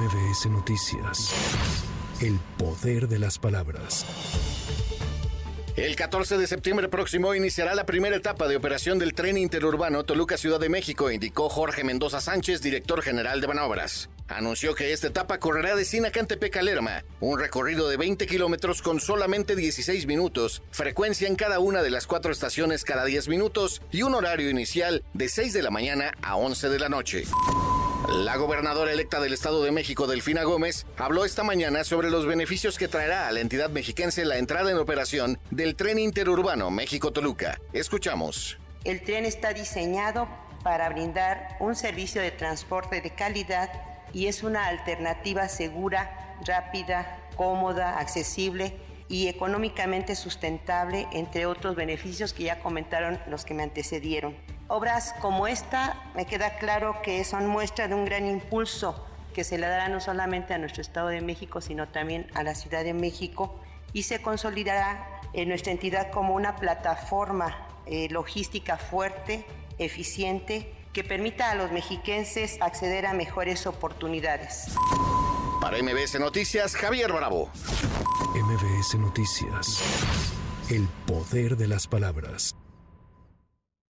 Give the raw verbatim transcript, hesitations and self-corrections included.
M V S Noticias. El poder de las palabras. El catorce de septiembre próximo iniciará la primera etapa de operación del tren interurbano Toluca-Ciudad de México, indicó Jorge Mendoza Sánchez, director general de Banobras. Anunció que esta etapa correrá de Sinacantepec a Lerma, un recorrido de veinte kilómetros con solamente dieciséis minutos, frecuencia en cada una de las cuatro estaciones cada diez minutos y un horario inicial de seis de la mañana a once de la noche. La gobernadora electa del Estado de México, Delfina Gómez, habló esta mañana sobre los beneficios que traerá a la entidad mexiquense la entrada en operación del tren interurbano México-Toluca. Escuchamos. El tren está diseñado para brindar un servicio de transporte de calidad y es una alternativa segura, rápida, cómoda, accesible y económicamente sustentable, entre otros beneficios que ya comentaron los que me antecedieron. Obras como esta, me queda claro que son muestra de un gran impulso que se le dará no solamente a nuestro Estado de México, sino también a la Ciudad de México, y se consolidará en nuestra entidad como una plataforma eh, logística fuerte, eficiente, que permita a los mexiquenses acceder a mejores oportunidades. Para M V S Noticias, Javier Bravo. M V S Noticias. El poder de las palabras.